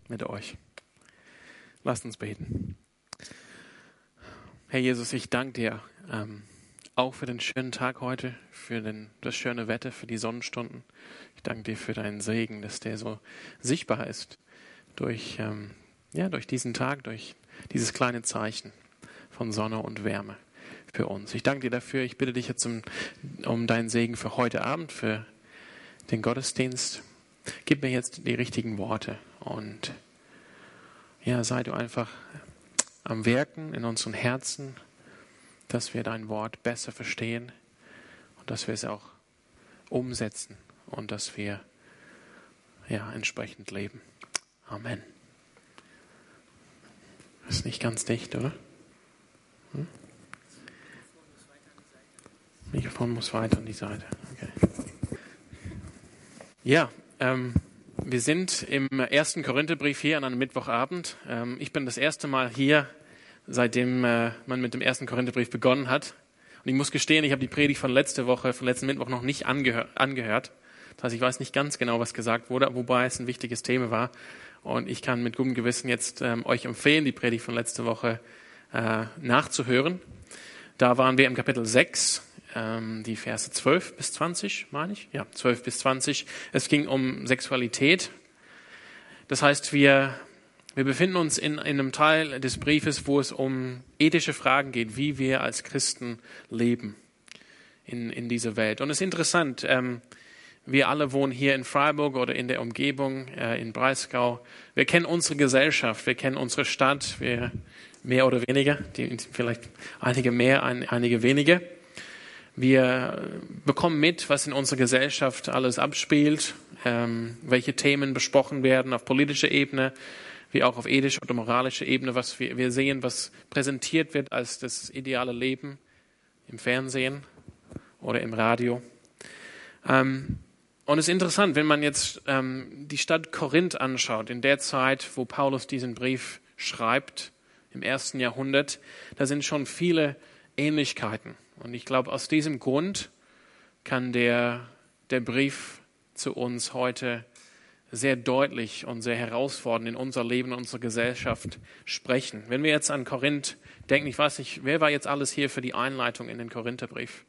mit euch. Lasst uns beten. Herr Jesus, ich danke dir auch für den schönen Tag heute, für das schöne Wetter, für die Sonnenstunden. Ich danke dir für deinen Segen, dass der so sichtbar ist durch diesen Tag, durch dieses kleine Zeichen von Sonne und Wärme für uns. Ich danke dir dafür. Ich bitte dich jetzt um deinen Segen für heute Abend, für den Gottesdienst. Gib mir jetzt die richtigen Worte und sei du einfach am Wirken in unseren Herzen, dass wir dein Wort besser verstehen und dass wir es auch umsetzen und dass wir entsprechend leben. Amen. Ist nicht ganz dicht, oder? Mikrofon muss weiter an die Seite. Okay. Ja, wir sind im 1. Korintherbrief hier an einem Mittwochabend. Ich bin das erste Mal hier, seitdem man mit dem 1. Korintherbrief begonnen hat. Und ich muss gestehen, ich habe die Predigt von letzten Mittwoch noch nicht angehört. Das heißt, ich weiß nicht ganz genau, was gesagt wurde, wobei es ein wichtiges Thema war. Und ich kann mit gutem Gewissen jetzt euch empfehlen, die Predigt von letzter Woche nachzuhören. Da waren wir im Kapitel 6, die Verse 12 bis 20, meine ich. Ja, 12 bis 20. Es ging um Sexualität. Das heißt, wir befinden uns in einem Teil des Briefes, wo es um ethische Fragen geht, wie wir als Christen leben in dieser Welt. Und es ist interessant, wir alle wohnen hier in Freiburg oder in der Umgebung, in Breisgau. Wir kennen unsere Gesellschaft, wir kennen unsere Stadt, wir mehr oder weniger, vielleicht einige mehr, einige weniger. Wir bekommen mit, was in unserer Gesellschaft alles abspielt, welche Themen besprochen werden auf politischer Ebene, wie auch auf ethischer oder moralischer Ebene, was wir sehen, was präsentiert wird als das ideale Leben im Fernsehen oder im Radio. Und es ist interessant, wenn man jetzt die Stadt Korinth anschaut, in der Zeit, wo Paulus diesen Brief schreibt, im 1. Jahrhundert, da sind schon viele Ähnlichkeiten. Und ich glaube, aus diesem Grund kann der Brief zu uns heute sehr deutlich und sehr herausfordernd in unser Leben, in unserer Gesellschaft sprechen. Wenn wir jetzt an Korinth denken, ich weiß nicht, wer war jetzt alles hier für die Einleitung in den Korintherbrief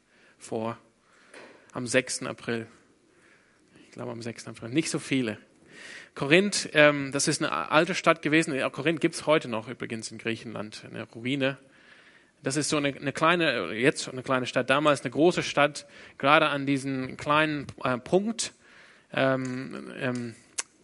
am 6. April? Ich glaube am 6. April. Nicht so viele. Korinth, das ist eine alte Stadt gewesen. Korinth gibt es heute noch übrigens in Griechenland, eine Ruine. Das ist so eine kleine Stadt, damals eine große Stadt, gerade an diesem kleinen Punkt am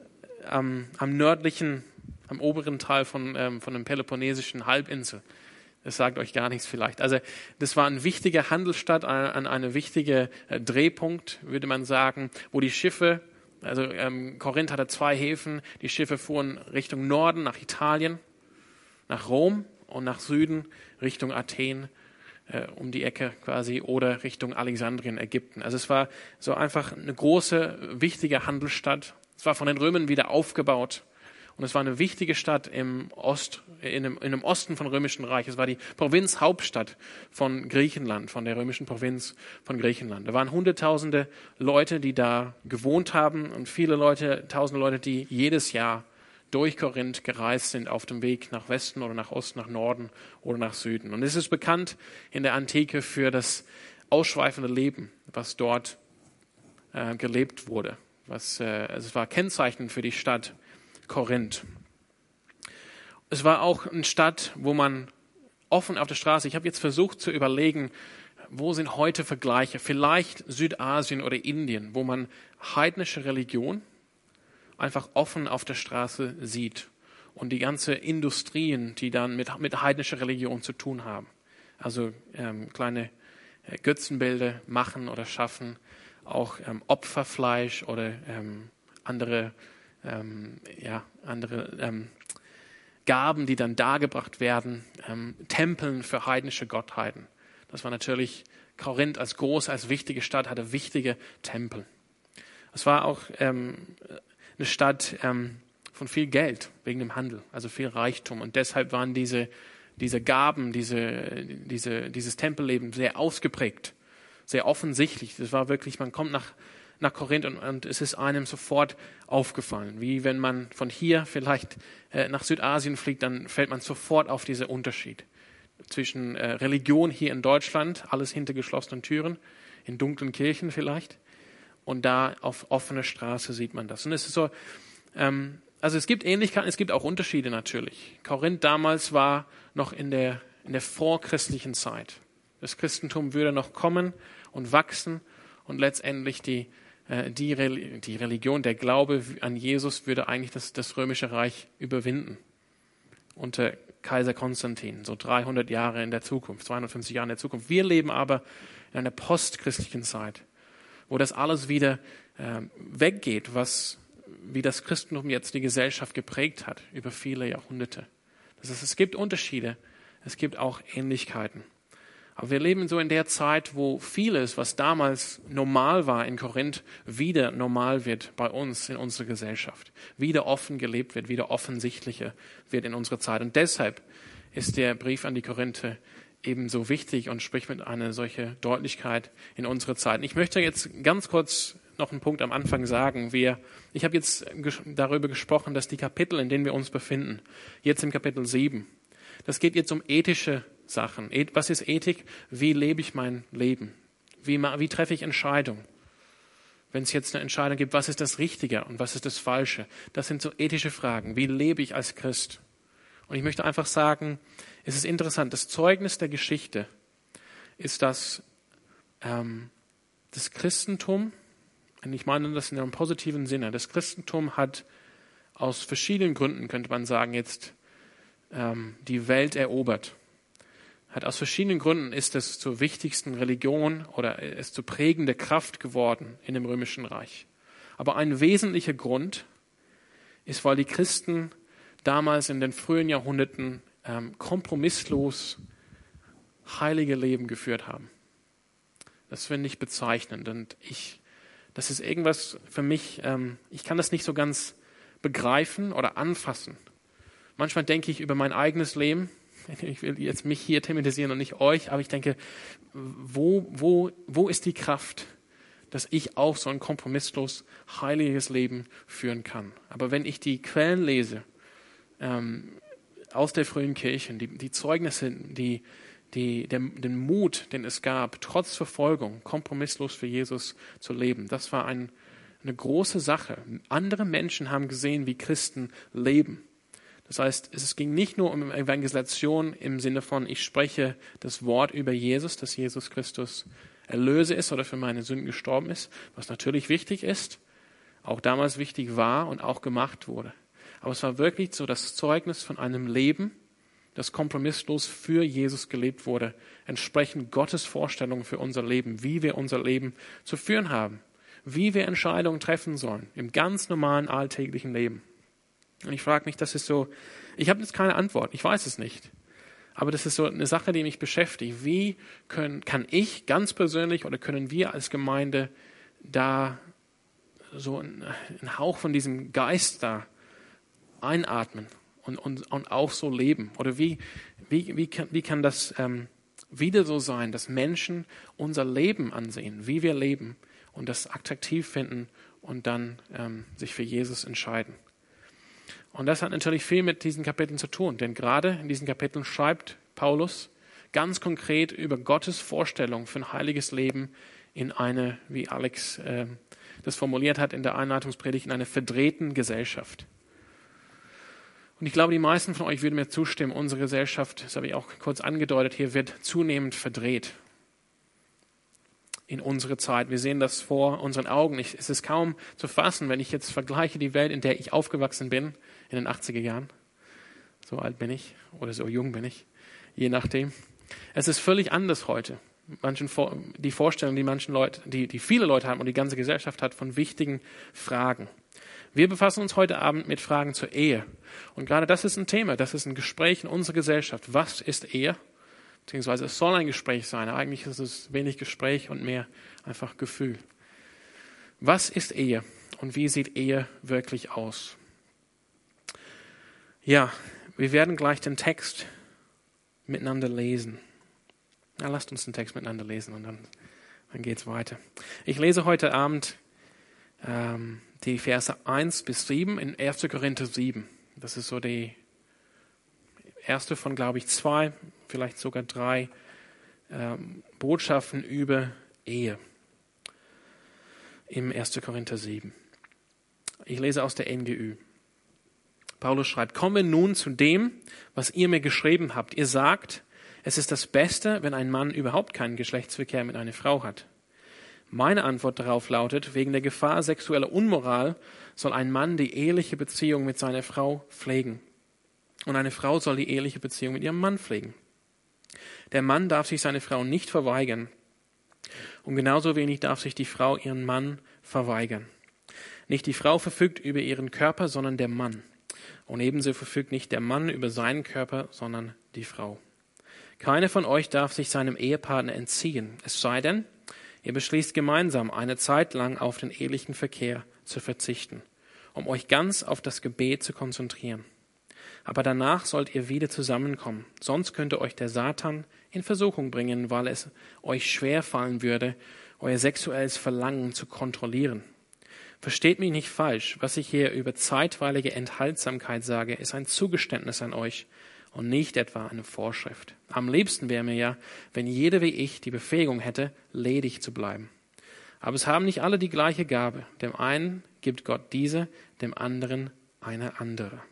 oberen Teil von dem Peloponnesischen Halbinsel. Das sagt euch gar nichts vielleicht. Also das war eine wichtige Handelsstadt, eine wichtige Drehpunkt, würde man sagen, wo die Schiffe, also Korinth hatte 2 Häfen, die Schiffe fuhren Richtung Norden nach Italien, nach Rom und nach Süden Richtung Athen, um die Ecke quasi, oder Richtung Alexandrien, Ägypten. Also es war so einfach eine große, wichtige Handelsstadt. Es war von den Römern wieder aufgebaut. Und es war eine wichtige Stadt in dem Osten vom Römischen Reich. Es war die Provinzhauptstadt von Griechenland, von der römischen Provinz von Griechenland. Da waren Hunderttausende Leute, die da gewohnt haben und tausende Leute, die jedes Jahr durch Korinth gereist sind auf dem Weg nach Westen oder nach Osten, nach Norden oder nach Süden. Und es ist bekannt in der Antike für das ausschweifende Leben, was dort gelebt wurde. Es war kennzeichnend für die Stadt Korinth. Es war auch eine Stadt, wo man offen auf der Straße, ich habe jetzt versucht zu überlegen, wo sind heute Vergleiche? Vielleicht Südasien oder Indien, wo man heidnische Religion einfach offen auf der Straße sieht und die ganze Industrien, die dann mit heidnischer Religion zu tun haben. Also kleine Götzenbilder machen oder schaffen, auch Opferfleisch oder andere Gaben, die dann dargebracht werden, Tempeln für heidnische Gottheiten. Das war natürlich, Korinth als große, als wichtige Stadt hatte wichtige Tempel. Es war auch eine Stadt von viel Geld wegen dem Handel, also viel Reichtum. Und deshalb waren diese Gaben, dieses Tempelleben sehr ausgeprägt, sehr offensichtlich. Das war wirklich, man kommt nach Korinth und es ist einem sofort aufgefallen. Wie wenn man von hier vielleicht nach Südasien fliegt, dann fällt man sofort auf diesen Unterschied zwischen Religion hier in Deutschland, alles hinter geschlossenen Türen, in dunklen Kirchen vielleicht, und da auf offener Straße sieht man das. Und es ist so, also es gibt Ähnlichkeiten, es gibt auch Unterschiede natürlich. Korinth damals war noch in der vorchristlichen Zeit. Das Christentum würde noch kommen und wachsen und letztendlich die Religion, der Glaube an Jesus würde eigentlich das Römische Reich überwinden. Unter Kaiser Konstantin, so 300 Jahre in der Zukunft, 250 Jahre in der Zukunft. Wir leben aber in einer postchristlichen Zeit, wo das alles wieder weggeht, wie das Christentum jetzt die Gesellschaft geprägt hat über viele Jahrhunderte. Das heißt, es gibt Unterschiede, es gibt auch Ähnlichkeiten. Aber wir leben so in der Zeit, wo vieles, was damals normal war in Korinth, wieder normal wird bei uns in unserer Gesellschaft. Wieder offen gelebt wird, wieder offensichtlicher wird in unserer Zeit. Und deshalb ist der Brief an die Korinther ebenso wichtig und spricht mit einer solchen Deutlichkeit in unsere Zeit. Und ich möchte jetzt ganz kurz noch einen Punkt am Anfang sagen. Ich habe jetzt darüber gesprochen, dass die Kapitel, in denen wir uns befinden, jetzt im Kapitel 7, das geht jetzt um ethische Sachen. Was ist Ethik? Wie lebe ich mein Leben? Wie treffe ich Entscheidungen? Wenn es jetzt eine Entscheidung gibt, was ist das Richtige und was ist das Falsche? Das sind so ethische Fragen. Wie lebe ich als Christ? Und ich möchte einfach sagen, es ist interessant, das Zeugnis der Geschichte ist, dass das Christentum, und ich meine das in einem positiven Sinne, das Christentum hat aus verschiedenen Gründen, könnte man sagen, jetzt die Welt erobert. Aus verschiedenen Gründen ist es zur wichtigsten Religion oder ist zur prägende Kraft geworden in dem Römischen Reich. Aber ein wesentlicher Grund ist, weil die Christen damals in den frühen Jahrhunderten kompromisslos heilige Leben geführt haben. Das finde ich bezeichnend. Und das ist irgendwas für mich, ich kann das nicht so ganz begreifen oder anfassen. Manchmal denke ich über mein eigenes Leben. Ich will jetzt mich hier thematisieren und nicht euch, aber ich denke, wo ist die Kraft, dass ich auch so ein kompromisslos heiliges Leben führen kann? Aber wenn ich die Quellen lese aus der frühen Kirche, die Zeugnisse, den Mut, den es gab, trotz Verfolgung, kompromisslos für Jesus zu leben, das war eine große Sache. Andere Menschen haben gesehen, wie Christen leben. Das heißt, es ging nicht nur um Evangelisation im Sinne von, ich spreche das Wort über Jesus, dass Jesus Christus Erlöser ist oder für meine Sünden gestorben ist, was natürlich wichtig ist, auch damals wichtig war und auch gemacht wurde. Aber es war wirklich so das Zeugnis von einem Leben, das kompromisslos für Jesus gelebt wurde, entsprechend Gottes Vorstellungen für unser Leben, wie wir unser Leben zu führen haben, wie wir Entscheidungen treffen sollen im ganz normalen alltäglichen Leben. Und ich frage mich, das ist so, ich habe jetzt keine Antwort, ich weiß es nicht. Aber das ist so eine Sache, die mich beschäftigt. Wie kann ich ganz persönlich oder können wir als Gemeinde da so einen Hauch von diesem Geist da einatmen und auch so leben? Oder wie kann das wieder so sein, dass Menschen unser Leben ansehen, wie wir leben und das attraktiv finden und dann sich für Jesus entscheiden? Und das hat natürlich viel mit diesen Kapiteln zu tun, denn gerade in diesen Kapiteln schreibt Paulus ganz konkret über Gottes Vorstellung für ein heiliges Leben in eine, wie Alex das formuliert hat in der Einleitungspredigt, in einer verdrehten Gesellschaft. Und ich glaube, die meisten von euch würden mir zustimmen, unsere Gesellschaft, das habe ich auch kurz angedeutet hier, wird zunehmend verdreht in unsere Zeit. Wir sehen das vor unseren Augen. Es ist kaum zu fassen, wenn ich jetzt vergleiche die Welt, in der ich aufgewachsen bin, in den 80er Jahren. So alt bin ich oder so jung bin ich, je nachdem. Es ist völlig anders heute. Die Vorstellung, die viele Leute haben und die ganze Gesellschaft hat von wichtigen Fragen. Wir befassen uns heute Abend mit Fragen zur Ehe. Und gerade das ist ein Thema, das ist ein Gespräch in unserer Gesellschaft. Was ist Ehe? Beziehungsweise es soll ein Gespräch sein. Eigentlich ist es wenig Gespräch und mehr einfach Gefühl. Was ist Ehe und wie sieht Ehe wirklich aus? Ja, wir werden gleich den Text miteinander lesen. Na, lasst uns den Text miteinander lesen und dann geht's weiter. Ich lese heute Abend die Verse 1 bis 7 in 1. Korinther 7. Das ist so die erste von, glaube ich, 2, vielleicht sogar 3 Botschaften über Ehe im 1. Korinther 7. Ich lese aus der NGÜ. Paulus schreibt, kommen wir nun zu dem, was ihr mir geschrieben habt. Ihr sagt, es ist das Beste, wenn ein Mann überhaupt keinen Geschlechtsverkehr mit einer Frau hat. Meine Antwort darauf lautet, wegen der Gefahr sexueller Unmoral soll ein Mann die eheliche Beziehung mit seiner Frau pflegen. Und eine Frau soll die eheliche Beziehung mit ihrem Mann pflegen. Der Mann darf sich seine Frau nicht verweigern. Und genauso wenig darf sich die Frau ihren Mann verweigern. Nicht die Frau verfügt über ihren Körper, sondern der Mann. Und ebenso verfügt nicht der Mann über seinen Körper, sondern die Frau. Keiner von euch darf sich seinem Ehepartner entziehen, es sei denn, ihr beschließt gemeinsam, eine Zeit lang auf den ehelichen Verkehr zu verzichten, um euch ganz auf das Gebet zu konzentrieren. Aber danach sollt ihr wieder zusammenkommen, sonst könnte euch der Satan in Versuchung bringen, weil es euch schwer fallen würde, euer sexuelles Verlangen zu kontrollieren. Versteht mich nicht falsch, was ich hier über zeitweilige Enthaltsamkeit sage, ist ein Zugeständnis an euch und nicht etwa eine Vorschrift. Am liebsten wäre mir ja, wenn jeder wie ich die Befähigung hätte, ledig zu bleiben. Aber es haben nicht alle die gleiche Gabe. Dem einen gibt Gott diese, dem anderen eine andere.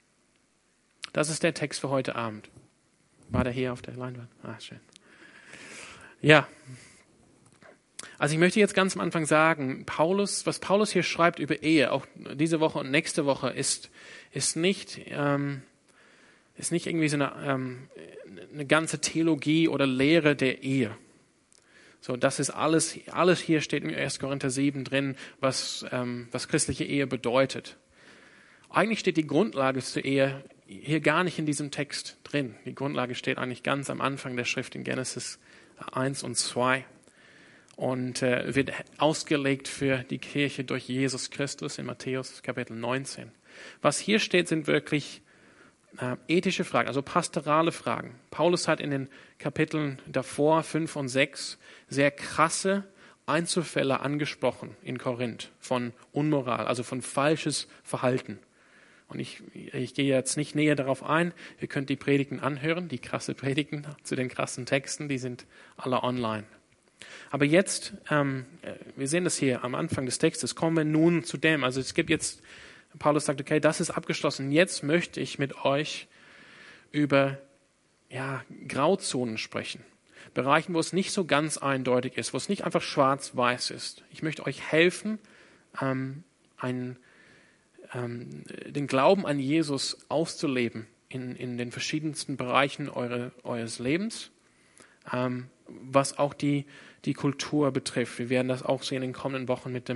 Das ist der Text für heute Abend. War der hier auf der Leinwand? Ah, schön. Ja. Also ich möchte jetzt ganz am Anfang sagen, was Paulus hier schreibt über Ehe, auch diese Woche und nächste Woche, ist nicht irgendwie so eine ganze Theologie oder Lehre der Ehe. So, das ist alles hier steht im 1. Korinther 7 drin, was christliche Ehe bedeutet. Eigentlich steht die Grundlage zur Ehe hier gar nicht in diesem Text drin. Die Grundlage steht eigentlich ganz am Anfang der Schrift in Genesis 1 und 2 und wird ausgelegt für die Kirche durch Jesus Christus in Matthäus Kapitel 19. Was hier steht, sind wirklich ethische Fragen, also pastorale Fragen. Paulus hat in den Kapiteln davor, 5 und 6, sehr krasse Einzelfälle angesprochen in Korinth von Unmoral, also von falsches Verhalten. Und ich gehe jetzt nicht näher darauf ein. Ihr könnt die Predigten anhören, die krasse Predigten zu den krassen Texten, die sind alle online. Aber jetzt, wir sehen das hier am Anfang des Textes, kommen wir nun zu dem. Also es gibt jetzt, Paulus sagt, okay, das ist abgeschlossen. Jetzt möchte ich mit euch über Grauzonen sprechen. Bereichen, wo es nicht so ganz eindeutig ist, wo es nicht einfach schwarz-weiß ist. Ich möchte euch helfen, den Glauben an Jesus auszuleben in den verschiedensten Bereichen eures Lebens, was auch die Kultur betrifft. Wir werden das auch sehen in den kommenden Wochen mit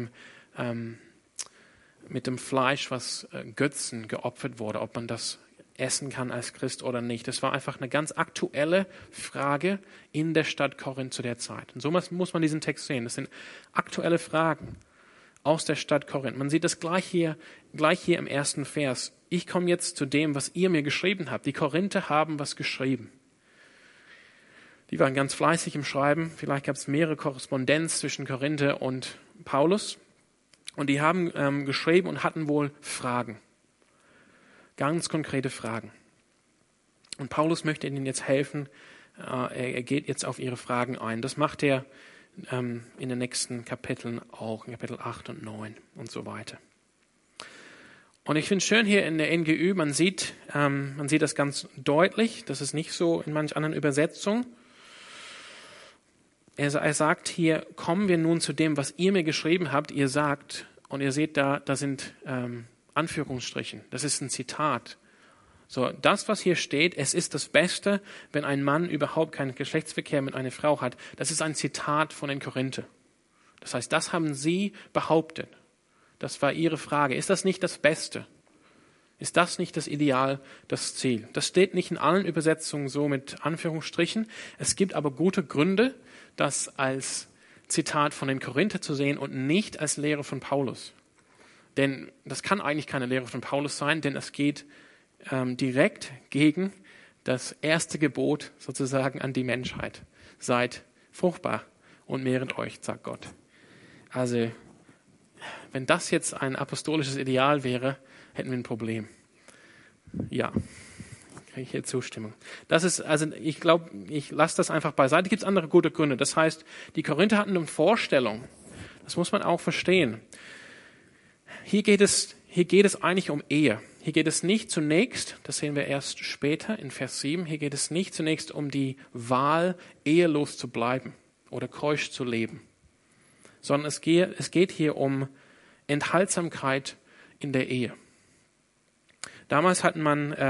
dem Fleisch, was Götzen geopfert wurde, ob man das essen kann als Christ oder nicht. Das war einfach eine ganz aktuelle Frage in der Stadt Korinth zu der Zeit. Und so muss man diesen Text sehen. Das sind aktuelle Fragen aus der Stadt Korinth. Man sieht das gleich hier im ersten Vers. Ich komme jetzt zu dem, was ihr mir geschrieben habt. Die Korinther haben was geschrieben. Die waren ganz fleißig im Schreiben. Vielleicht gab es mehrere Korrespondenz zwischen Korinther und Paulus. Und die haben geschrieben und hatten wohl Fragen. Ganz konkrete Fragen. Und Paulus möchte ihnen jetzt helfen. Er geht jetzt auf ihre Fragen ein. Das macht er in den nächsten Kapiteln auch, in Kapitel 8 und 9 und so weiter. Und ich finde es schön hier in der NGÜ, man sieht das ganz deutlich. Das ist nicht so in manch anderen Übersetzungen. Er sagt hier, kommen wir nun zu dem, was ihr mir geschrieben habt. Ihr sagt, und ihr seht da sind Anführungsstrichen. Das ist ein Zitat. So, das, was hier steht, es ist das Beste, wenn ein Mann überhaupt keinen Geschlechtsverkehr mit einer Frau hat. Das ist ein Zitat von den Korinther. Das heißt, das haben sie behauptet. Das war ihre Frage. Ist das nicht das Beste? Ist das nicht das Ideal, das Ziel? Das steht nicht in allen Übersetzungen so mit Anführungsstrichen. Es gibt aber gute Gründe, das als Zitat von den Korinther zu sehen und nicht als Lehre von Paulus. Denn das kann eigentlich keine Lehre von Paulus sein, denn es geht direkt gegen das erste Gebot sozusagen an die Menschheit. Seid fruchtbar und mehret euch, sagt Gott. Also wenn das jetzt ein apostolisches Ideal wäre, hätten wir ein Problem. Ja, kriege ich hier Zustimmung. Das ist, also ich glaube, ich lasse das einfach beiseite. Gibt es andere gute Gründe. Das heißt, die Korinther hatten eine Vorstellung. Das muss man auch verstehen. Hier geht es eigentlich um Ehe. Hier geht es nicht zunächst, das sehen wir erst später in Vers 7, hier geht es nicht zunächst um die Wahl, ehelos zu bleiben oder keusch zu leben, sondern es geht hier um Enthaltsamkeit in der Ehe. Damals hatten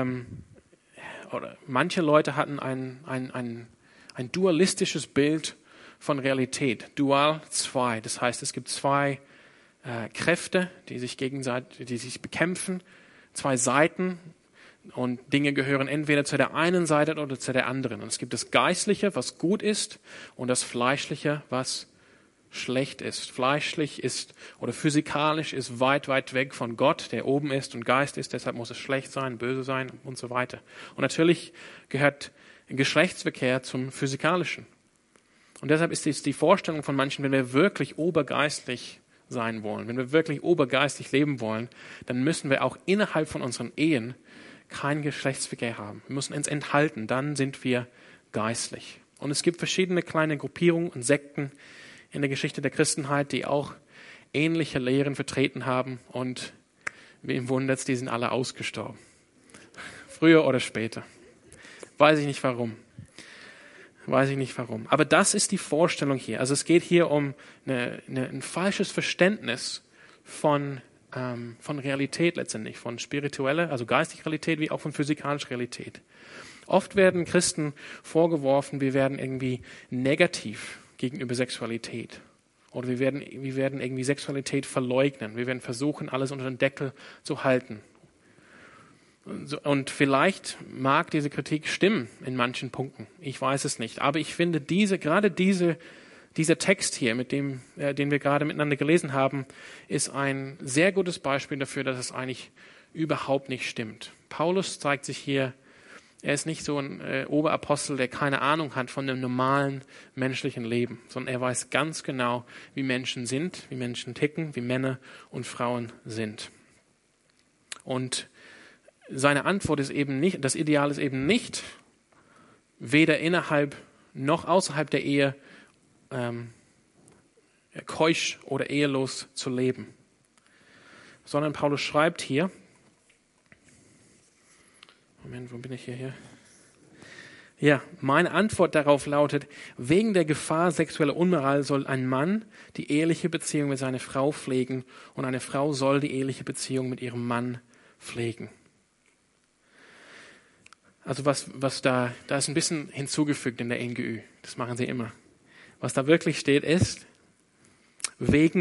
manche Leute hatten ein dualistisches Bild von Realität. Dual 2. Das heißt, es gibt zwei Kräfte, die sich bekämpfen, zwei Seiten, und Dinge gehören entweder zu der einen Seite oder zu der anderen. Und es gibt das Geistliche, was gut ist, und das Fleischliche, was schlecht ist. Fleischlich ist oder physikalisch ist weit, weit weg von Gott, der oben ist und Geist ist, deshalb muss es schlecht sein, böse sein und so weiter. Und natürlich gehört Geschlechtsverkehr zum Physikalischen. Und deshalb ist es die Vorstellung von manchen, wenn wir wirklich obergeistlich sein wollen, wenn wir wirklich obergeistlich leben wollen, dann müssen wir auch innerhalb von unseren Ehen keinen Geschlechtsverkehr haben. Wir müssen uns enthalten, dann sind wir geistlich. Und es gibt verschiedene kleine Gruppierungen und Sekten in der Geschichte der Christenheit, die auch ähnliche Lehren vertreten haben, und wem wundert's, die sind alle ausgestorben. Früher oder später. Weiß ich nicht warum. Aber das ist die Vorstellung hier. Also es geht hier um ein falsches Verständnis von Realität letztendlich, von spiritueller, also geistiger Realität, wie auch von physikalischer Realität. Oft werden Christen vorgeworfen, wir werden irgendwie negativ gegenüber Sexualität. Oder wir werden irgendwie Sexualität verleugnen. Wir werden versuchen, alles unter den Deckel zu halten. Und vielleicht mag diese Kritik stimmen in manchen Punkten. Ich weiß es nicht. Aber ich finde dieser Text hier, den wir gerade miteinander gelesen haben, ist ein sehr gutes Beispiel dafür, dass es eigentlich überhaupt nicht stimmt. Paulus zeigt sich hier, er ist nicht so ein Oberapostel, der keine Ahnung hat von dem normalen menschlichen Leben, sondern er weiß ganz genau, wie Menschen sind, wie Menschen ticken, wie Männer und Frauen sind. Und seine Antwort ist eben nicht, das Ideal ist eben nicht, weder innerhalb noch außerhalb der Ehe keusch oder ehelos zu leben. Sondern Paulus schreibt hier, Moment, wo bin ich hier? Ja, meine Antwort darauf lautet, wegen der Gefahr sexueller Unmoral soll ein Mann die eheliche Beziehung mit seiner Frau pflegen, und eine Frau soll die eheliche Beziehung mit ihrem Mann pflegen. Also was da ist ein bisschen hinzugefügt in der NGÜ. Das machen sie immer. Was da wirklich steht ist, wegen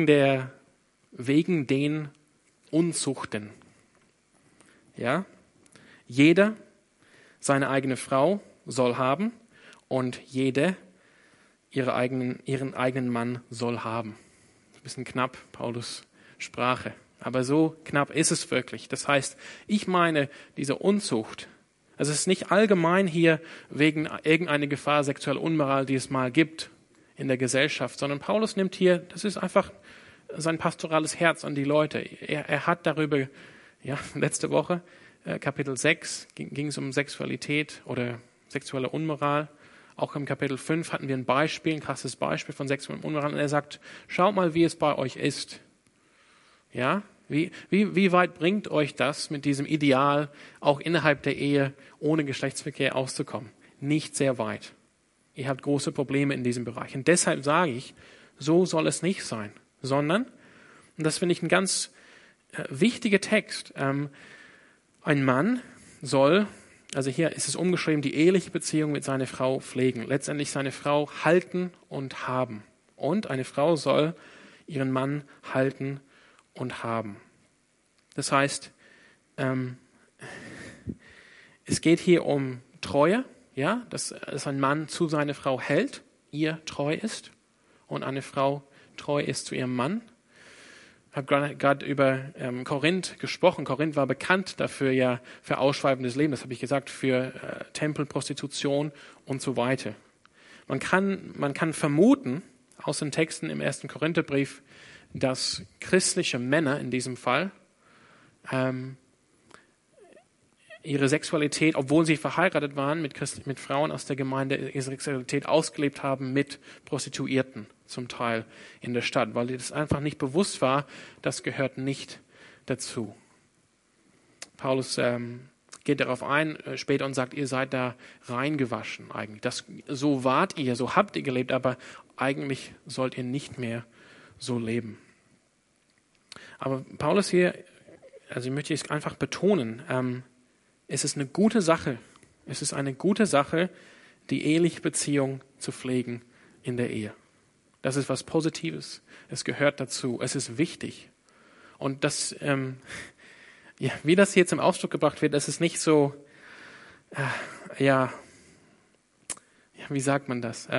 den Unzuchten. Ja? Jeder seine eigene Frau soll haben und jede ihren eigenen Mann soll haben. Ein bisschen knapp, Paulus Sprache. Aber so knapp ist es wirklich. Das heißt, ich meine, diese Unzucht, also es ist nicht allgemein hier wegen irgendeiner Gefahr sexueller Unmoral, die es mal gibt in der Gesellschaft, sondern Paulus nimmt hier, das ist einfach sein pastorales Herz an die Leute. Er hat darüber, ja, letzte Woche, Kapitel 6, ging es um Sexualität oder sexuelle Unmoral. Auch im Kapitel 5 hatten wir ein krasses Beispiel von sexuellem Unmoral. Und er sagt, schaut mal, wie es bei euch ist. Ja, wie weit bringt euch das mit diesem Ideal, auch innerhalb der Ehe ohne Geschlechtsverkehr auszukommen? Nicht sehr weit. Ihr habt große Probleme in diesem Bereich. Und deshalb sage ich, so soll es nicht sein, sondern, und das finde ich ein ganz wichtiger Text, ein Mann soll, also hier ist es umgeschrieben, die eheliche Beziehung mit seiner Frau pflegen, letztendlich seine Frau halten und haben. Und eine Frau soll ihren Mann halten und haben. Das heißt, es geht hier um Treue, ja, dass ein Mann zu seiner Frau hält, ihr treu ist, und eine Frau treu ist zu ihrem Mann. Ich habe gerade über Korinth gesprochen. Korinth war bekannt dafür, ja, für ausschweibendes Leben, das habe ich gesagt, für Tempelprostitution und so weiter. Man kann vermuten, aus den Texten im 1. Korintherbrief, dass christliche Männer in diesem Fall ihre Sexualität, obwohl sie verheiratet waren mit Frauen aus der Gemeinde, ihre Sexualität ausgelebt haben mit Prostituierten zum Teil in der Stadt, weil das einfach nicht bewusst war, das gehört nicht dazu. Paulus geht darauf ein später und sagt, ihr seid da reingewaschen eigentlich. So wart ihr, so habt ihr gelebt, aber eigentlich sollt ihr nicht mehr so leben. Aber Paulus hier, also ich möchte es einfach betonen, es ist eine gute Sache. Es ist eine gute Sache, die eheliche Beziehung zu pflegen in der Ehe. Das ist was Positives. Es gehört dazu. Es ist wichtig. Und das, wie das hier zum Ausdruck gebracht wird, das ist nicht so, wie sagt man das?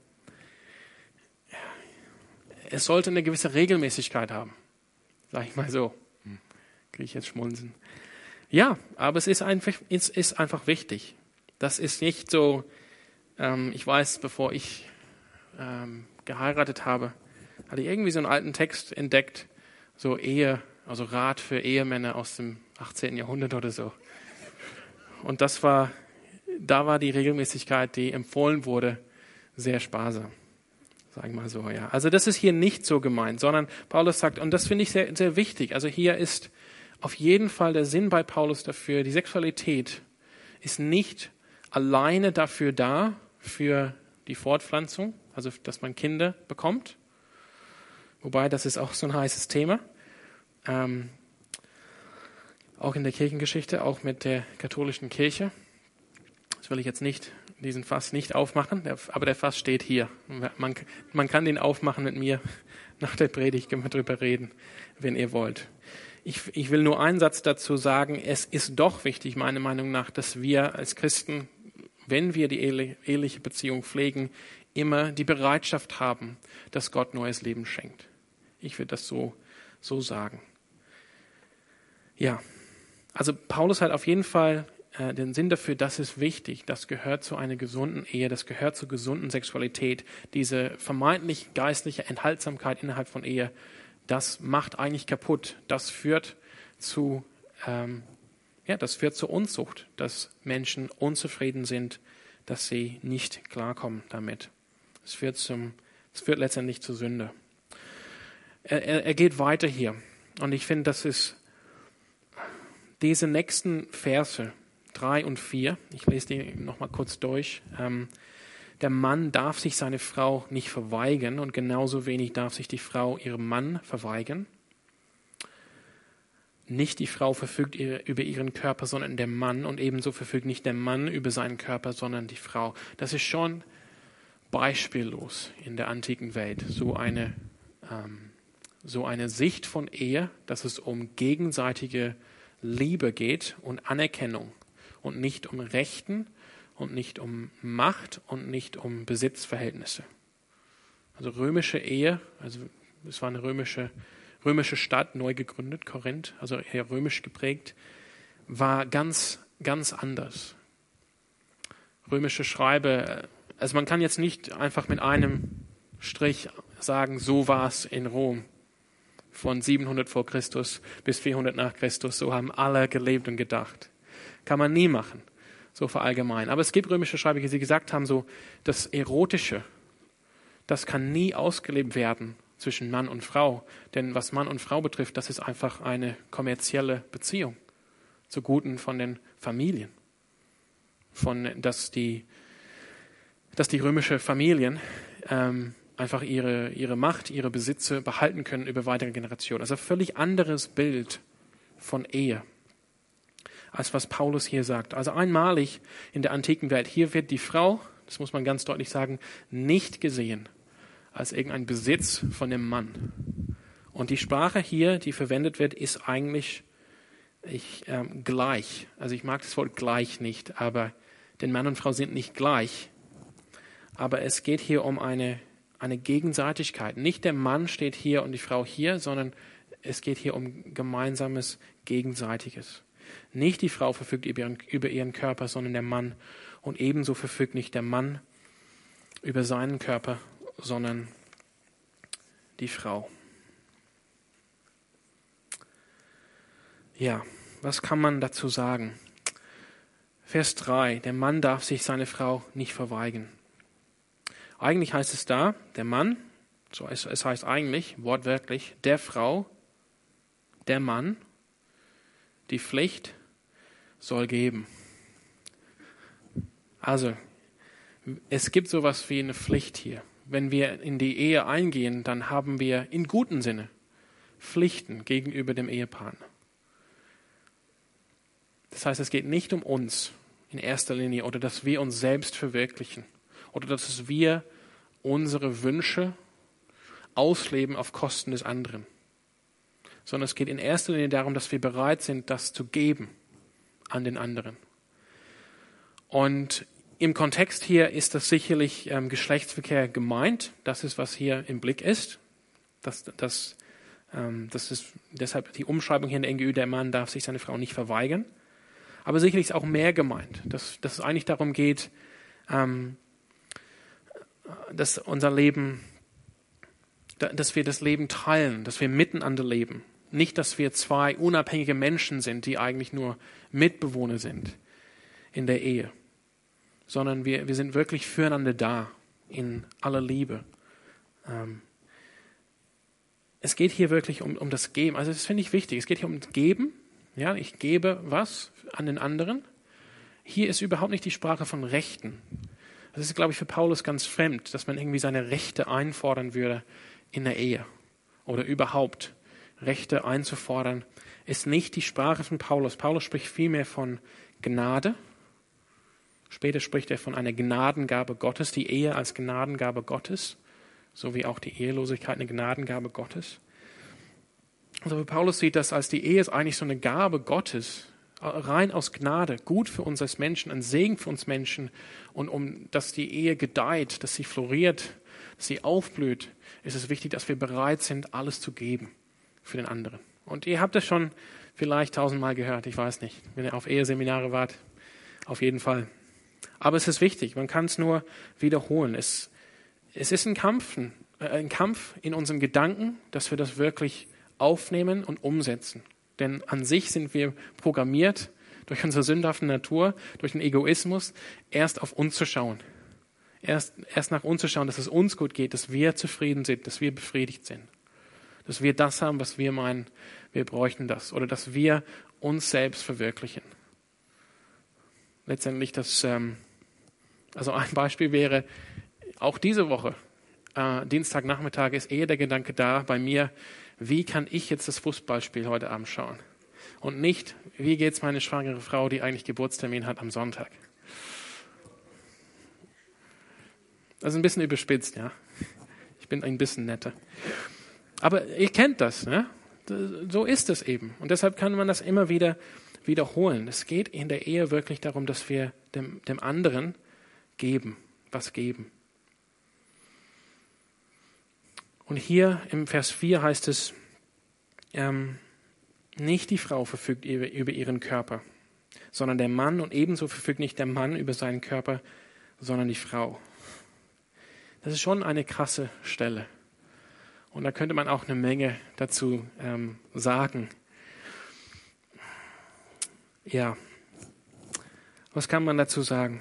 Es sollte eine gewisse Regelmäßigkeit haben. Sag ich mal so. Kriege ich jetzt Schmunzeln. Ja, aber es ist einfach wichtig. Das ist nicht so, ich weiß, bevor ich geheiratet habe, hatte ich irgendwie so einen alten Text entdeckt, so Ehe, also Rat für Ehemänner aus dem 18. Jahrhundert oder so. Und da war die Regelmäßigkeit, die empfohlen wurde, sehr sparsam. Sagen wir mal so, ja. Also das ist hier nicht so gemeint, sondern Paulus sagt, und das finde ich sehr, sehr wichtig, also hier ist auf jeden Fall der Sinn bei Paulus dafür, die Sexualität ist nicht alleine dafür da, für die Fortpflanzung, also dass man Kinder bekommt. Wobei, das ist auch so ein heißes Thema. Auch in der Kirchengeschichte, auch mit der katholischen Kirche. Das will ich jetzt nicht, diesen Fass nicht aufmachen, aber der Fass steht hier. Man kann den aufmachen mit mir. Nach der Predigt können wir drüber reden, wenn ihr wollt. Ich will nur einen Satz dazu sagen. Es ist doch wichtig, meiner Meinung nach, dass wir als Christen, wenn wir die eheliche Beziehung pflegen, immer die Bereitschaft haben, dass Gott neues Leben schenkt. Ich würde das so sagen. Ja, also Paulus hat auf jeden Fall den Sinn dafür, das ist wichtig. Das gehört zu einer gesunden Ehe, das gehört zur gesunden Sexualität. Diese vermeintlich geistliche Enthaltsamkeit innerhalb von Ehe, das macht eigentlich kaputt. Das führt zur Unzucht, dass Menschen unzufrieden sind, dass sie nicht klarkommen damit. Es führt letztendlich zur Sünde. Er geht weiter hier. Und ich finde, das ist diese nächsten Verse 3 und 4. Ich lese die nochmal kurz durch. Der Mann darf sich seine Frau nicht verweigern und genauso wenig darf sich die Frau ihrem Mann verweigern. Nicht die Frau verfügt über ihren Körper, sondern der Mann, und ebenso verfügt nicht der Mann über seinen Körper, sondern die Frau. Das ist schon beispiellos in der antiken Welt. So eine Sicht von Ehe, dass es um gegenseitige Liebe geht und Anerkennung und nicht um Rechten und nicht um Macht und nicht um Besitzverhältnisse. Also römische Ehe, also es war eine römische Stadt, neu gegründet, Korinth, also eher römisch geprägt, war ganz, ganz anders. Römische Schreiber, also man kann jetzt nicht einfach mit einem Strich sagen, so war es in Rom. Von 700 vor Christus bis 400 nach Christus, so haben alle gelebt und gedacht. Kann man nie machen, so verallgemeinern. Aber es gibt römische Schreiber, die gesagt haben, so das Erotische, das kann nie ausgelebt werden zwischen Mann und Frau. Denn was Mann und Frau betrifft, das ist einfach eine kommerzielle Beziehung zuguten von den Familien. Dass die römische Familien einfach ihre Macht, ihre Besitze behalten können über weitere Generationen. Also ein völlig anderes Bild von Ehe, als was Paulus hier sagt. Also einmalig in der antiken Welt. Hier wird die Frau, das muss man ganz deutlich sagen, nicht gesehen als irgendein Besitz von dem Mann. Und die Sprache hier, die verwendet wird, ist eigentlich gleich. Also ich mag das Wort gleich nicht, aber denn Mann und Frau sind nicht gleich. Aber es geht hier um eine Gegenseitigkeit. Nicht der Mann steht hier und die Frau hier, sondern es geht hier um gemeinsames, gegenseitiges. Nicht die Frau verfügt über ihren Körper, sondern der Mann. Und ebenso verfügt nicht der Mann über seinen Körper, sondern die Frau. Ja, was kann man dazu sagen? Vers 3, der Mann darf sich seine Frau nicht verweigern. Eigentlich heißt es da, der Mann, so es heißt eigentlich, wortwörtlich, der Frau, der Mann, die Pflicht soll geben. Also, es gibt sowas wie eine Pflicht hier. Wenn wir in die Ehe eingehen, dann haben wir in gutem Sinne Pflichten gegenüber dem Ehepartner. Das heißt, es geht nicht um uns in erster Linie oder dass wir uns selbst verwirklichen oder dass wir unsere Wünsche ausleben auf Kosten des anderen, sondern es geht in erster Linie darum, dass wir bereit sind, das zu geben an den anderen. Und im Kontext hier ist das sicherlich Geschlechtsverkehr gemeint. Das ist, was hier im Blick ist. Das ist deshalb die Umschreibung hier in der NGÜ, der Mann darf sich seine Frau nicht verweigern. Aber sicherlich ist auch mehr gemeint, dass es eigentlich darum geht, dass unser Leben, dass wir das Leben teilen, dass wir miteinander leben. Nicht, dass wir zwei unabhängige Menschen sind, die eigentlich nur Mitbewohner sind in der Ehe, sondern wir sind wirklich füreinander da in aller Liebe. Es geht hier wirklich um das Geben. Also das finde ich wichtig. Es geht hier um das Geben. Ja, ich gebe was an den anderen. Hier ist überhaupt nicht die Sprache von Rechten. Das ist, glaube ich, für Paulus ganz fremd, dass man irgendwie seine Rechte einfordern würde in der Ehe. Oder überhaupt Rechte einzufordern, ist nicht die Sprache von Paulus. Paulus spricht vielmehr von Gnade. Später spricht er von einer Gnadengabe Gottes, die Ehe als Gnadengabe Gottes, so wie auch die Ehelosigkeit eine Gnadengabe Gottes. Also Paulus sieht das als die Ehe ist eigentlich so eine Gabe Gottes, rein aus Gnade, gut für uns als Menschen, ein Segen für uns Menschen. Und dass die Ehe gedeiht, dass sie floriert, dass sie aufblüht, ist es wichtig, dass wir bereit sind, alles zu geben für den anderen. Und ihr habt das schon vielleicht 1000-mal gehört, ich weiß nicht. Wenn ihr auf Eheseminare wart, auf jeden Fall. Aber es ist wichtig, man kann es nur wiederholen. Es ist ein Kampf in unseren Gedanken, dass wir das wirklich aufnehmen und umsetzen. Denn an sich sind wir programmiert, durch unsere sündhafte Natur, durch den Egoismus, erst auf uns zu schauen. Erst nach uns zu schauen, dass es uns gut geht, dass wir zufrieden sind, dass wir befriedigt sind. Dass wir das haben, was wir meinen, wir bräuchten das. Oder dass wir uns selbst verwirklichen. Letztendlich also ein Beispiel wäre, auch diese Woche, Dienstagnachmittag ist eher der Gedanke da bei mir, wie kann ich jetzt das Fußballspiel heute Abend schauen? Und nicht, wie geht's meine schwangere Frau, die eigentlich Geburtstermin hat am Sonntag? Das ist ein bisschen überspitzt, ja. Ich bin ein bisschen netter. Aber ihr kennt das, ne? So ist es eben. Und deshalb kann man das immer wieder wiederholen. Es geht in der Ehe wirklich darum, dass wir dem anderen was geben. Und hier im Vers 4 heißt es, nicht die Frau verfügt über ihren Körper, sondern der Mann, und ebenso verfügt nicht der Mann über seinen Körper, sondern die Frau. Das ist schon eine krasse Stelle. Und da könnte man auch eine Menge dazu sagen. Ja, was kann man dazu sagen?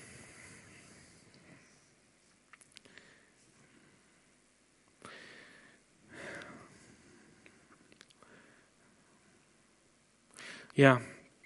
Ja,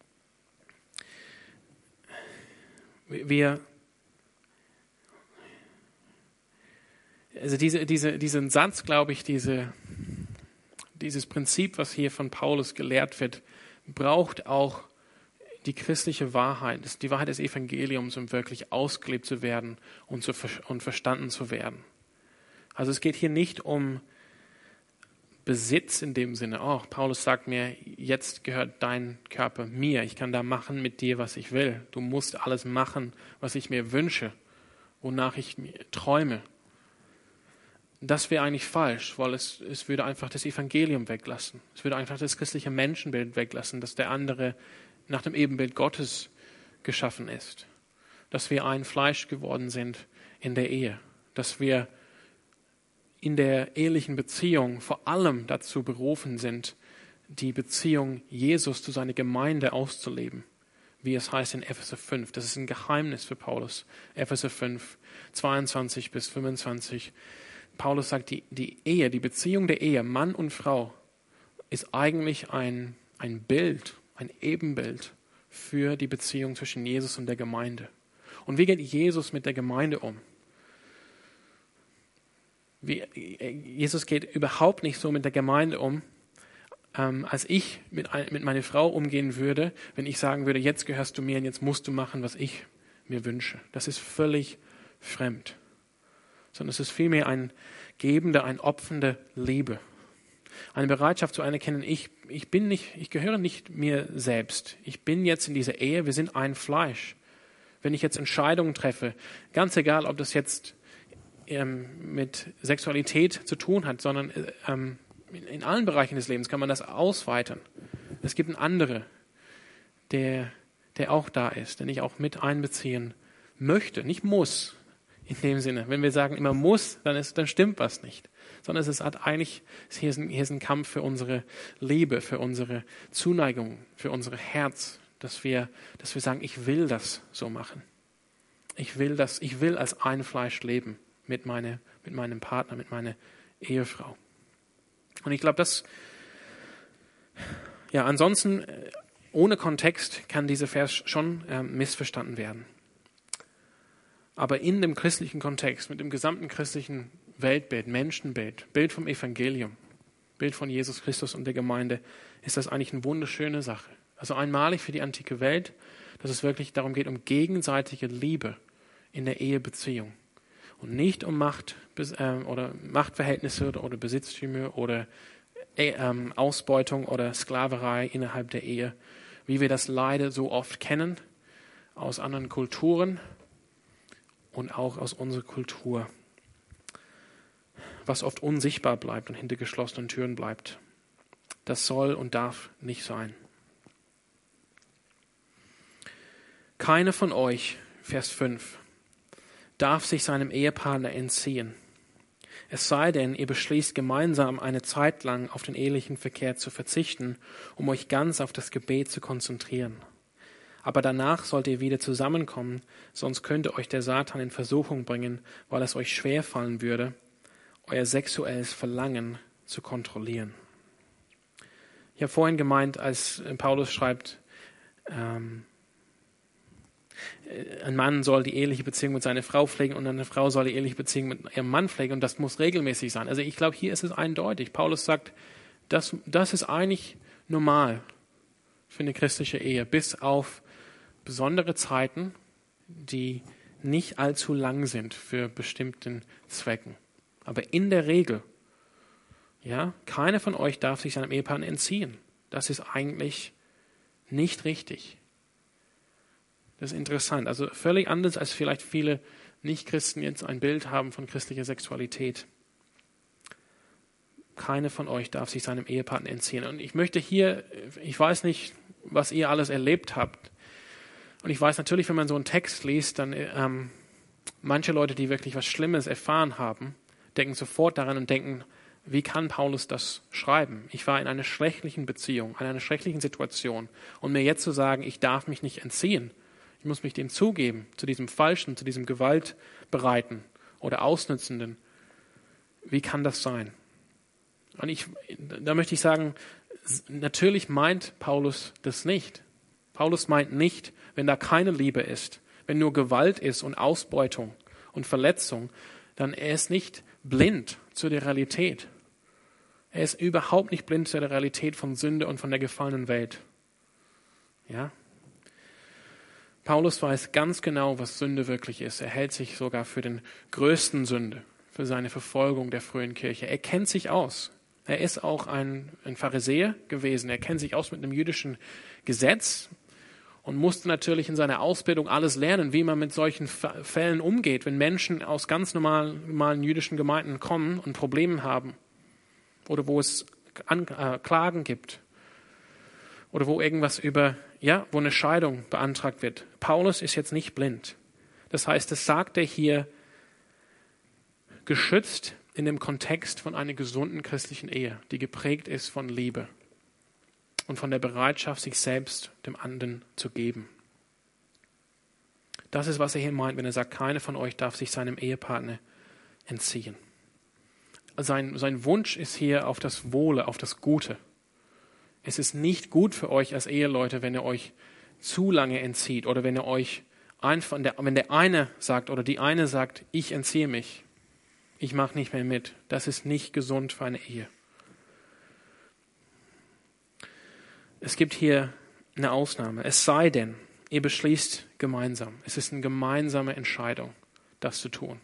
also diesen Satz, glaube ich, dieses Prinzip, was hier von Paulus gelehrt wird, braucht auch die christliche Wahrheit, die Wahrheit des Evangeliums, um wirklich ausgelebt zu werden und verstanden zu werden. Also es geht hier nicht um Besitz in dem Sinne. Oh, Paulus sagt mir, jetzt gehört dein Körper mir. Ich kann da machen mit dir, was ich will. Du musst alles machen, was ich mir wünsche, wonach ich träume. Das wäre eigentlich falsch, weil es würde einfach das Evangelium weglassen. Es würde einfach das christliche Menschenbild weglassen, dass der andere nach dem Ebenbild Gottes geschaffen ist. Dass wir ein Fleisch geworden sind in der Ehe. Dass wir in der ehelichen Beziehung vor allem dazu berufen sind, die Beziehung Jesus zu seiner Gemeinde auszuleben, wie es heißt in Epheser 5. Das ist ein Geheimnis für Paulus. Epheser 5, 22 bis 25. Paulus sagt, die Ehe, die Beziehung der Ehe, Mann und Frau, ist eigentlich ein Bild, ein Ebenbild für die Beziehung zwischen Jesus und der Gemeinde. Und wie geht Jesus mit der Gemeinde um? Jesus geht überhaupt nicht so mit der Gemeinde um, als ich mit meiner Frau umgehen würde, wenn ich sagen würde, jetzt gehörst du mir und jetzt musst du machen, was ich mir wünsche. Das ist völlig fremd. Sondern es ist vielmehr ein gebende, ein opfernde Liebe. Eine Bereitschaft zu anerkennen, ich gehöre nicht mir selbst. Ich bin jetzt in dieser Ehe, wir sind ein Fleisch. Wenn ich jetzt Entscheidungen treffe, ganz egal, ob das jetzt mit Sexualität zu tun hat, sondern in allen Bereichen des Lebens kann man das ausweiten. Es gibt einen anderen, der auch da ist, den ich auch mit einbeziehen möchte, nicht muss. In dem Sinne, wenn wir sagen immer muss, dann stimmt was nicht. Sondern hier ist ein Kampf für unsere Liebe, für unsere Zuneigung, für unser Herz, dass wir sagen, ich will das so machen. Ich will als ein Fleisch leben mit meinem Partner, mit meiner Ehefrau. Und ich glaube, ansonsten, ohne Kontext kann dieser Vers schon missverstanden werden. Aber in dem christlichen Kontext, mit dem gesamten christlichen Weltbild, Menschenbild, Bild vom Evangelium, Bild von Jesus Christus und der Gemeinde, ist das eigentlich eine wunderschöne Sache. Also einmalig für die antike Welt, dass es wirklich darum geht, um gegenseitige Liebe in der Ehebeziehung. Und nicht um Macht oder Machtverhältnisse oder Besitztümer oder Ausbeutung oder Sklaverei innerhalb der Ehe, wie wir das leider so oft kennen aus anderen Kulturen und auch aus unserer Kultur, was oft unsichtbar bleibt und hinter geschlossenen Türen bleibt. Das soll und darf nicht sein. Keiner von euch, Vers 5, darf sich seinem Ehepartner entziehen. Es sei denn, ihr beschließt gemeinsam eine Zeit lang auf den ehelichen Verkehr zu verzichten, um euch ganz auf das Gebet zu konzentrieren. Aber danach sollt ihr wieder zusammenkommen, sonst könnte euch der Satan in Versuchung bringen, weil es euch schwerfallen würde, euer sexuelles Verlangen zu kontrollieren. Ich habe vorhin gemeint, als Paulus schreibt, ein Mann soll die eheliche Beziehung mit seiner Frau pflegen und eine Frau soll die eheliche Beziehung mit ihrem Mann pflegen und das muss regelmäßig sein. Also ich glaube, hier ist es eindeutig. Paulus sagt, das ist eigentlich normal für eine christliche Ehe, bis auf besondere Zeiten, die nicht allzu lang sind für bestimmten Zwecken. Aber in der Regel, keiner von euch darf sich seinem Ehepartner entziehen. Das ist eigentlich nicht richtig. Das ist interessant. Also völlig anders, als vielleicht viele Nichtchristen jetzt ein Bild haben von christlicher Sexualität. Keiner von euch darf sich seinem Ehepartner entziehen. Und ich weiß nicht, was ihr alles erlebt habt. Und ich weiß natürlich, wenn man so einen Text liest, dann manche Leute, die wirklich was Schlimmes erfahren haben, denken sofort daran und denken, wie kann Paulus das schreiben? Ich war in einer schrecklichen Beziehung, in einer schrecklichen Situation. Und mir jetzt zu sagen, ich darf mich nicht entziehen, ich muss mich dem zugeben, zu diesem Falschen, zu diesem Gewaltbereiten oder Ausnützenden. Wie kann das sein? Und da möchte ich sagen, natürlich meint Paulus das nicht. Paulus meint nicht, wenn da keine Liebe ist, wenn nur Gewalt ist und Ausbeutung und Verletzung, dann er ist nicht blind zu der Realität. Er ist überhaupt nicht blind zu der Realität von Sünde und von der gefallenen Welt. Ja? Paulus weiß ganz genau, was Sünde wirklich ist. Er hält sich sogar für den größten Sünde, für seine Verfolgung der frühen Kirche. Er kennt sich aus. Er ist auch ein Pharisäer gewesen. Er kennt sich aus mit einem jüdischen Gesetz und musste natürlich in seiner Ausbildung alles lernen, wie man mit solchen Fällen umgeht, wenn Menschen aus ganz normalen jüdischen Gemeinden kommen und Probleme haben oder wo es Klagen gibt oder wo irgendwas wo eine Scheidung beantragt wird. Paulus ist jetzt nicht blind. Das heißt, das sagt er hier geschützt in dem Kontext von einer gesunden christlichen Ehe, die geprägt ist von Liebe. und von der Bereitschaft, sich selbst dem anderen zu geben. Das ist, was er hier meint, wenn er sagt, keiner von euch darf sich seinem Ehepartner entziehen. Sein Wunsch ist hier auf das Wohle, auf das Gute. Es ist nicht gut für euch als Eheleute, wenn ihr euch zu lange entzieht oder wenn ihr euch einfach, wenn der eine sagt oder die eine sagt, ich entziehe mich, ich mache nicht mehr mit. Das ist nicht gesund für eine Ehe. Es gibt hier eine Ausnahme. Es sei denn, ihr beschließt gemeinsam. Es ist eine gemeinsame Entscheidung, das zu tun.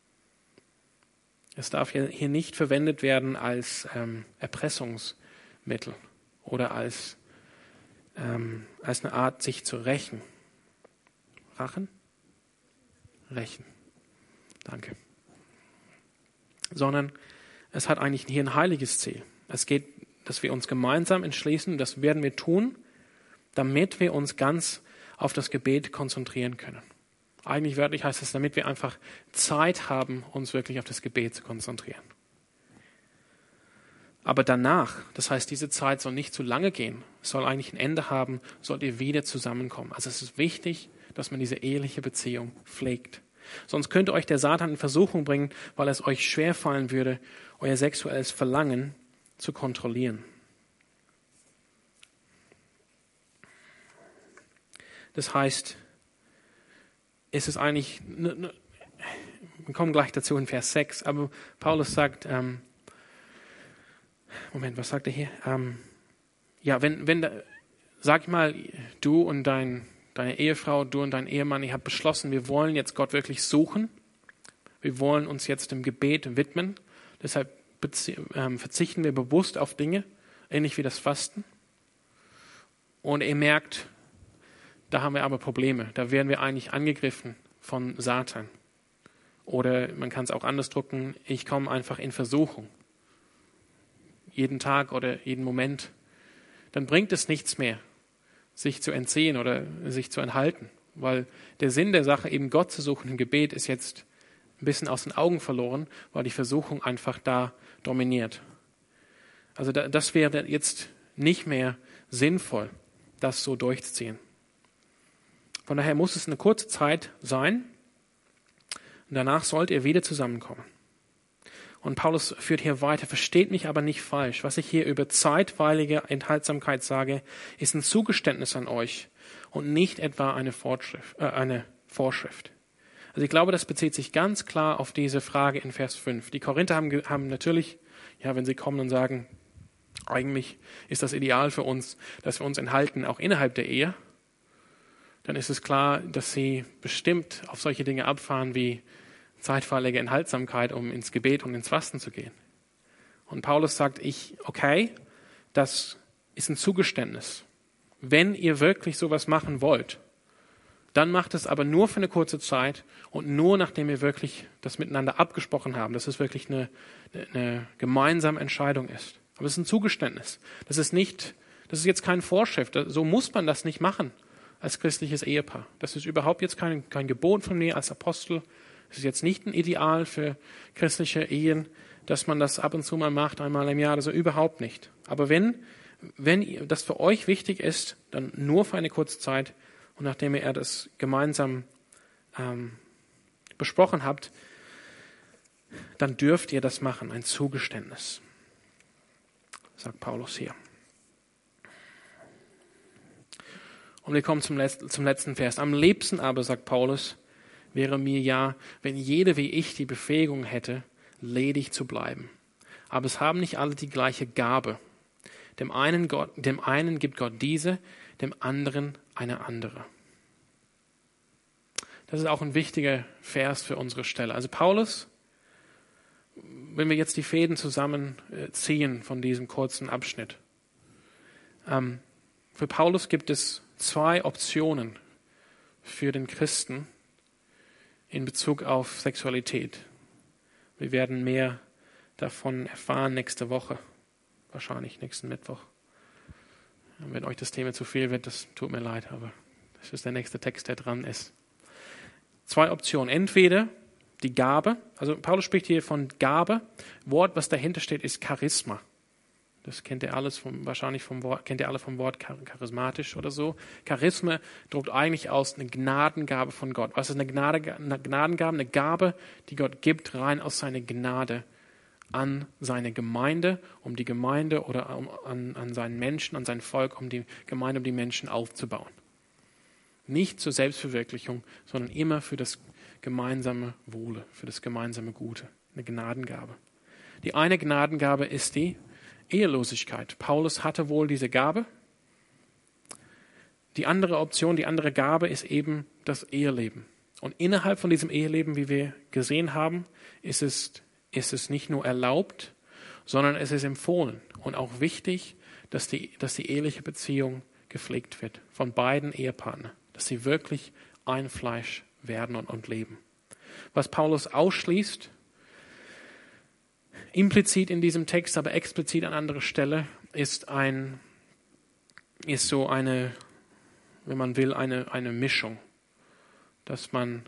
Es darf hier nicht verwendet werden als Erpressungsmittel oder als eine Art, sich zu rächen. Rachen? Rächen. Danke. Sondern es hat eigentlich hier ein heiliges Ziel. Es geht, dass wir uns gemeinsam entschließen, das werden wir tun, damit wir uns ganz auf das Gebet konzentrieren können. Eigentlich wörtlich heißt es, damit wir einfach Zeit haben, uns wirklich auf das Gebet zu konzentrieren. Aber danach, das heißt, diese Zeit soll nicht zu lange gehen, soll eigentlich ein Ende haben, sollt ihr wieder zusammenkommen. Also es ist wichtig, dass man diese eheliche Beziehung pflegt. Sonst könnte euch der Satan in Versuchung bringen, weil es euch schwerfallen würde, euer sexuelles Verlangen zu kontrollieren. Das heißt, es ist eigentlich, wir kommen gleich dazu in Vers 6, aber Paulus sagt, was sagt er hier? Sag ich mal, du und deine Ehefrau, du und dein Ehemann, ihr habt beschlossen, wir wollen jetzt Gott wirklich suchen. Wir wollen uns jetzt dem Gebet widmen. Deshalb verzichten wir bewusst auf Dinge, ähnlich wie das Fasten. Und ihr merkt, da haben wir aber Probleme. Da werden wir eigentlich angegriffen von Satan. Oder man kann es auch anders drucken, ich komme einfach in Versuchung. Jeden Tag oder jeden Moment. Dann bringt es nichts mehr, sich zu entziehen oder sich zu enthalten. Weil der Sinn der Sache, eben Gott zu suchen im Gebet, ist jetzt ein bisschen aus den Augen verloren, weil die Versuchung einfach da dominiert. Also das wäre jetzt nicht mehr sinnvoll, das so durchzuziehen. Von daher muss es eine kurze Zeit sein und danach sollt ihr wieder zusammenkommen. Und Paulus führt hier weiter, versteht mich aber nicht falsch. Was ich hier über zeitweilige Enthaltsamkeit sage, ist ein Zugeständnis an euch und nicht etwa eine Vorschrift. Also ich glaube, das bezieht sich ganz klar auf diese Frage in Vers 5. Die Korinther haben natürlich, wenn sie kommen und sagen, eigentlich ist das Ideal für uns, dass wir uns enthalten, auch innerhalb der Ehe, dann ist es klar, dass sie bestimmt auf solche Dinge abfahren wie zeitweilige Enthaltsamkeit, um ins Gebet und ins Fasten zu gehen. Und Paulus sagt, das ist ein Zugeständnis. Wenn ihr wirklich sowas machen wollt, dann macht es aber nur für eine kurze Zeit und nur nachdem wir wirklich das miteinander abgesprochen haben, dass es wirklich eine gemeinsame Entscheidung ist. Aber es ist ein Zugeständnis. Das ist jetzt keine Vorschrift. So muss man das nicht machen als christliches Ehepaar. Das ist überhaupt jetzt kein Gebot von mir als Apostel. Es ist jetzt nicht ein Ideal für christliche Ehen, dass man das ab und zu mal macht, einmal im Jahr, also überhaupt nicht. Aber wenn das für euch wichtig ist, dann nur für eine kurze Zeit und nachdem ihr das gemeinsam besprochen habt, dann dürft ihr das machen, ein Zugeständnis, sagt Paulus hier. Und wir kommen zum letzten Vers. Am liebsten aber, sagt Paulus, wäre mir wenn jeder wie ich die Befähigung hätte, ledig zu bleiben. Aber es haben nicht alle die gleiche Gabe. Dem einen gibt Gott diese, dem anderen eine andere. Das ist auch ein wichtiger Vers für unsere Stelle. Also Paulus, wenn wir jetzt die Fäden zusammenziehen von diesem kurzen Abschnitt, für Paulus gibt es 2 Optionen für den Christen in Bezug auf Sexualität. Wir werden mehr davon erfahren nächste Woche, wahrscheinlich nächsten Mittwoch. Wenn euch das Thema zu viel wird, das tut mir leid, aber das ist der nächste Text, der dran ist. 2 Optionen. Entweder die Gabe, also Paulus spricht hier von Gabe. Wort, was dahinter steht, ist Charisma. Das kennt ihr alles wahrscheinlich vom Wort, kennt ihr alle vom Wort charismatisch oder so. Charisma drückt eigentlich aus eine Gnadengabe von Gott. Was ist eine Gnadengabe? Eine Gabe, die Gott gibt, rein aus seiner Gnade an seine Gemeinde, um die Gemeinde oder an seinen Menschen, an sein Volk, um die Gemeinde, um die Menschen aufzubauen. Nicht zur Selbstverwirklichung, sondern immer für das gemeinsame Wohle, für das gemeinsame Gute. Eine Gnadengabe. Die eine Gnadengabe ist die Ehelosigkeit. Paulus hatte wohl diese Gabe. Die andere Option, die andere Gabe ist eben das Eheleben. Und innerhalb von diesem Eheleben, wie wir gesehen haben, ist es nicht nur erlaubt, sondern es ist empfohlen und auch wichtig, dass die eheliche Beziehung gepflegt wird von beiden Ehepartnern, dass sie wirklich ein Fleisch werden und leben. Was Paulus ausschließt, implizit in diesem Text, aber explizit an anderer Stelle, ist so eine, wenn man will, eine Mischung, dass man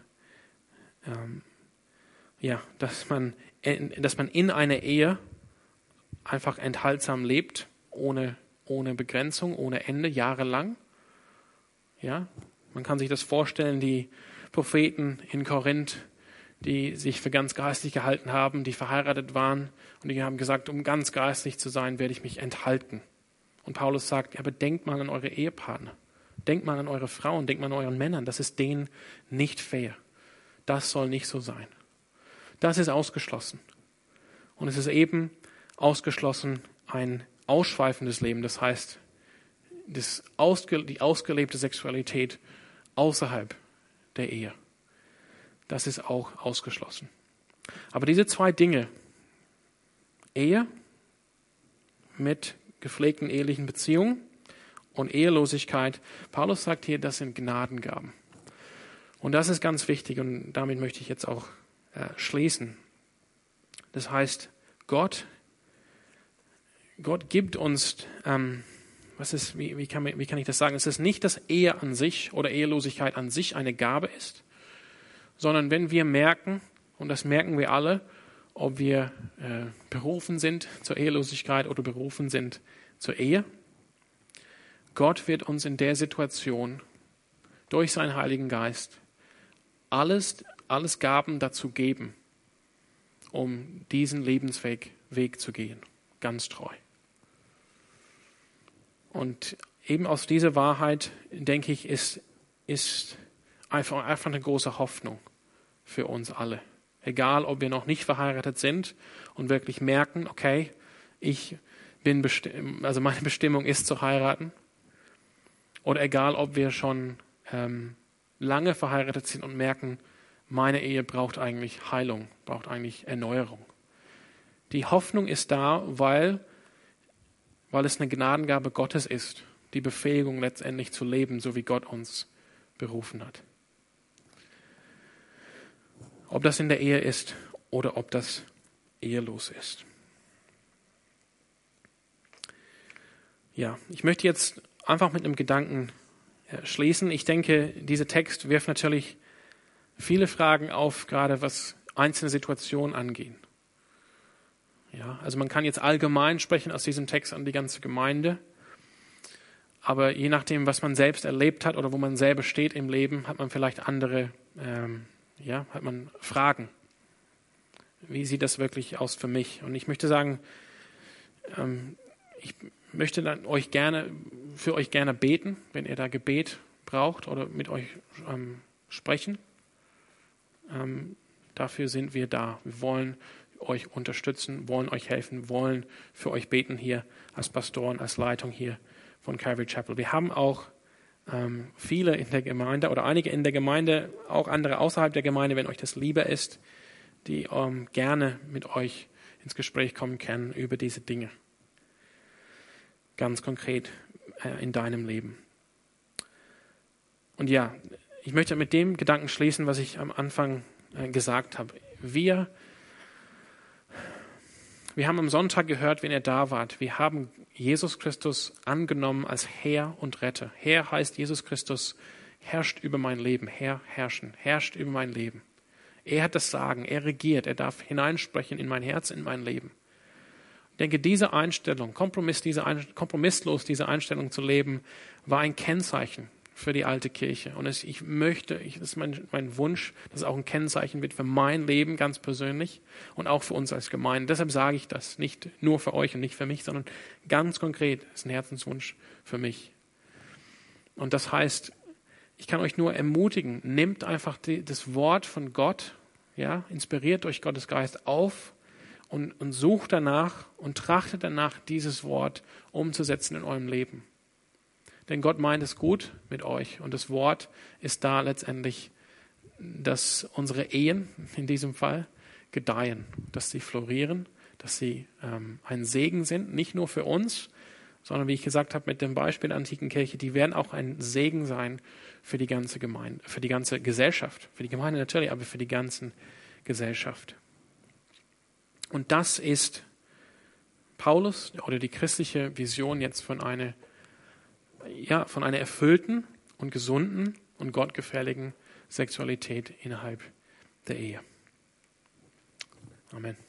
in einer Ehe einfach enthaltsam lebt, ohne Begrenzung, ohne Ende, jahrelang. Ja, man kann sich das vorstellen, die Propheten in Korinth, die sich für ganz geistlich gehalten haben, die verheiratet waren und die haben gesagt, um ganz geistlich zu sein, werde ich mich enthalten. Und Paulus sagt, ja, aber denkt mal an eure Ehepartner, denkt mal an eure Frauen, denkt mal an euren Männern, das ist denen nicht fair. Das soll nicht so sein. Das ist ausgeschlossen. Und es ist eben ausgeschlossen ein ausschweifendes Leben, das heißt, die ausgelebte Sexualität außerhalb der Ehe. Das ist auch ausgeschlossen. Aber diese zwei Dinge, Ehe mit gepflegten ehelichen Beziehungen und Ehelosigkeit, Paulus sagt hier, das sind Gnadengaben. Und das ist ganz wichtig und damit möchte ich jetzt auch schließen. Das heißt, Gott gibt uns, wie kann ich das sagen? Es ist nicht, dass Ehe an sich oder Ehelosigkeit an sich eine Gabe ist, sondern wenn wir merken, und das merken wir alle, ob wir berufen sind zur Ehelosigkeit oder berufen sind zur Ehe, Gott wird uns in der Situation durch seinen Heiligen Geist alles Gaben dazu geben, um diesen Lebensweg zu gehen, ganz treu. Und eben aus dieser Wahrheit, denke ich, ist einfach eine große Hoffnung für uns alle. Egal, ob wir noch nicht verheiratet sind und wirklich merken, okay, meine Bestimmung ist zu heiraten. Oder egal, ob wir schon lange verheiratet sind und merken, meine Ehe braucht eigentlich Heilung, braucht eigentlich Erneuerung. Die Hoffnung ist da, weil es eine Gnadengabe Gottes ist, die Befähigung letztendlich zu leben, so wie Gott uns berufen hat. Ob das in der Ehe ist oder ob das ehelos ist. Ja, ich möchte jetzt einfach mit einem Gedanken schließen. Ich denke, dieser Text wirft natürlich viele Fragen auf, gerade was einzelne Situationen angehen. Ja, also man kann jetzt allgemein sprechen aus diesem Text an die ganze Gemeinde, aber je nachdem, was man selbst erlebt hat oder wo man selber steht im Leben, hat man vielleicht andere hat man Fragen. Wie sieht das wirklich aus für mich? Und ich möchte sagen, ich möchte dann für euch gerne beten, wenn ihr da Gebet braucht oder mit euch sprechen. Dafür sind wir da. Wir wollen euch unterstützen, wollen euch helfen, wollen für euch beten hier als Pastoren, als Leitung hier von Calvary Chapel. Wir haben auch viele in der Gemeinde oder einige in der Gemeinde, auch andere außerhalb der Gemeinde, wenn euch das lieber ist, die gerne mit euch ins Gespräch kommen können über diese Dinge. Ganz konkret in deinem Leben. Und ja, ich möchte mit dem Gedanken schließen, was ich am Anfang gesagt habe. Wir haben am Sonntag gehört, wenn ihr da wart, wir haben Jesus Christus angenommen als Herr und Retter. Herr heißt, Jesus Christus herrscht über mein Leben. Herrscht über mein Leben. Er hat das Sagen, er regiert, er darf hineinsprechen in mein Herz, in mein Leben. denke, diese Einstellung, kompromisslos diese Einstellung zu leben, war ein Kennzeichen für die alte Kirche. Und das ist mein Wunsch, dass es auch ein Kennzeichen wird für mein Leben ganz persönlich und auch für uns als Gemeinde. Deshalb sage ich das, nicht nur für euch und nicht für mich, sondern ganz konkret, ist ein Herzenswunsch für mich. Und das heißt, ich kann euch nur ermutigen, nehmt einfach das Wort von Gott, ja, inspiriert durch Gottes Geist auf und sucht danach und trachtet danach, dieses Wort umzusetzen in eurem Leben. Denn Gott meint es gut mit euch und das Wort ist da letztendlich, dass unsere Ehen in diesem Fall gedeihen, dass sie florieren, dass sie ein Segen sind, nicht nur für uns, sondern wie ich gesagt habe mit dem Beispiel der antiken Kirche, die werden auch ein Segen sein für die ganze Gemeinde, für die ganze Gesellschaft, für die Gemeinde natürlich, aber für die ganze Gesellschaft. Und das ist Paulus oder die christliche Vision jetzt von einer erfüllten und gesunden und gottgefälligen Sexualität innerhalb der Ehe. Amen.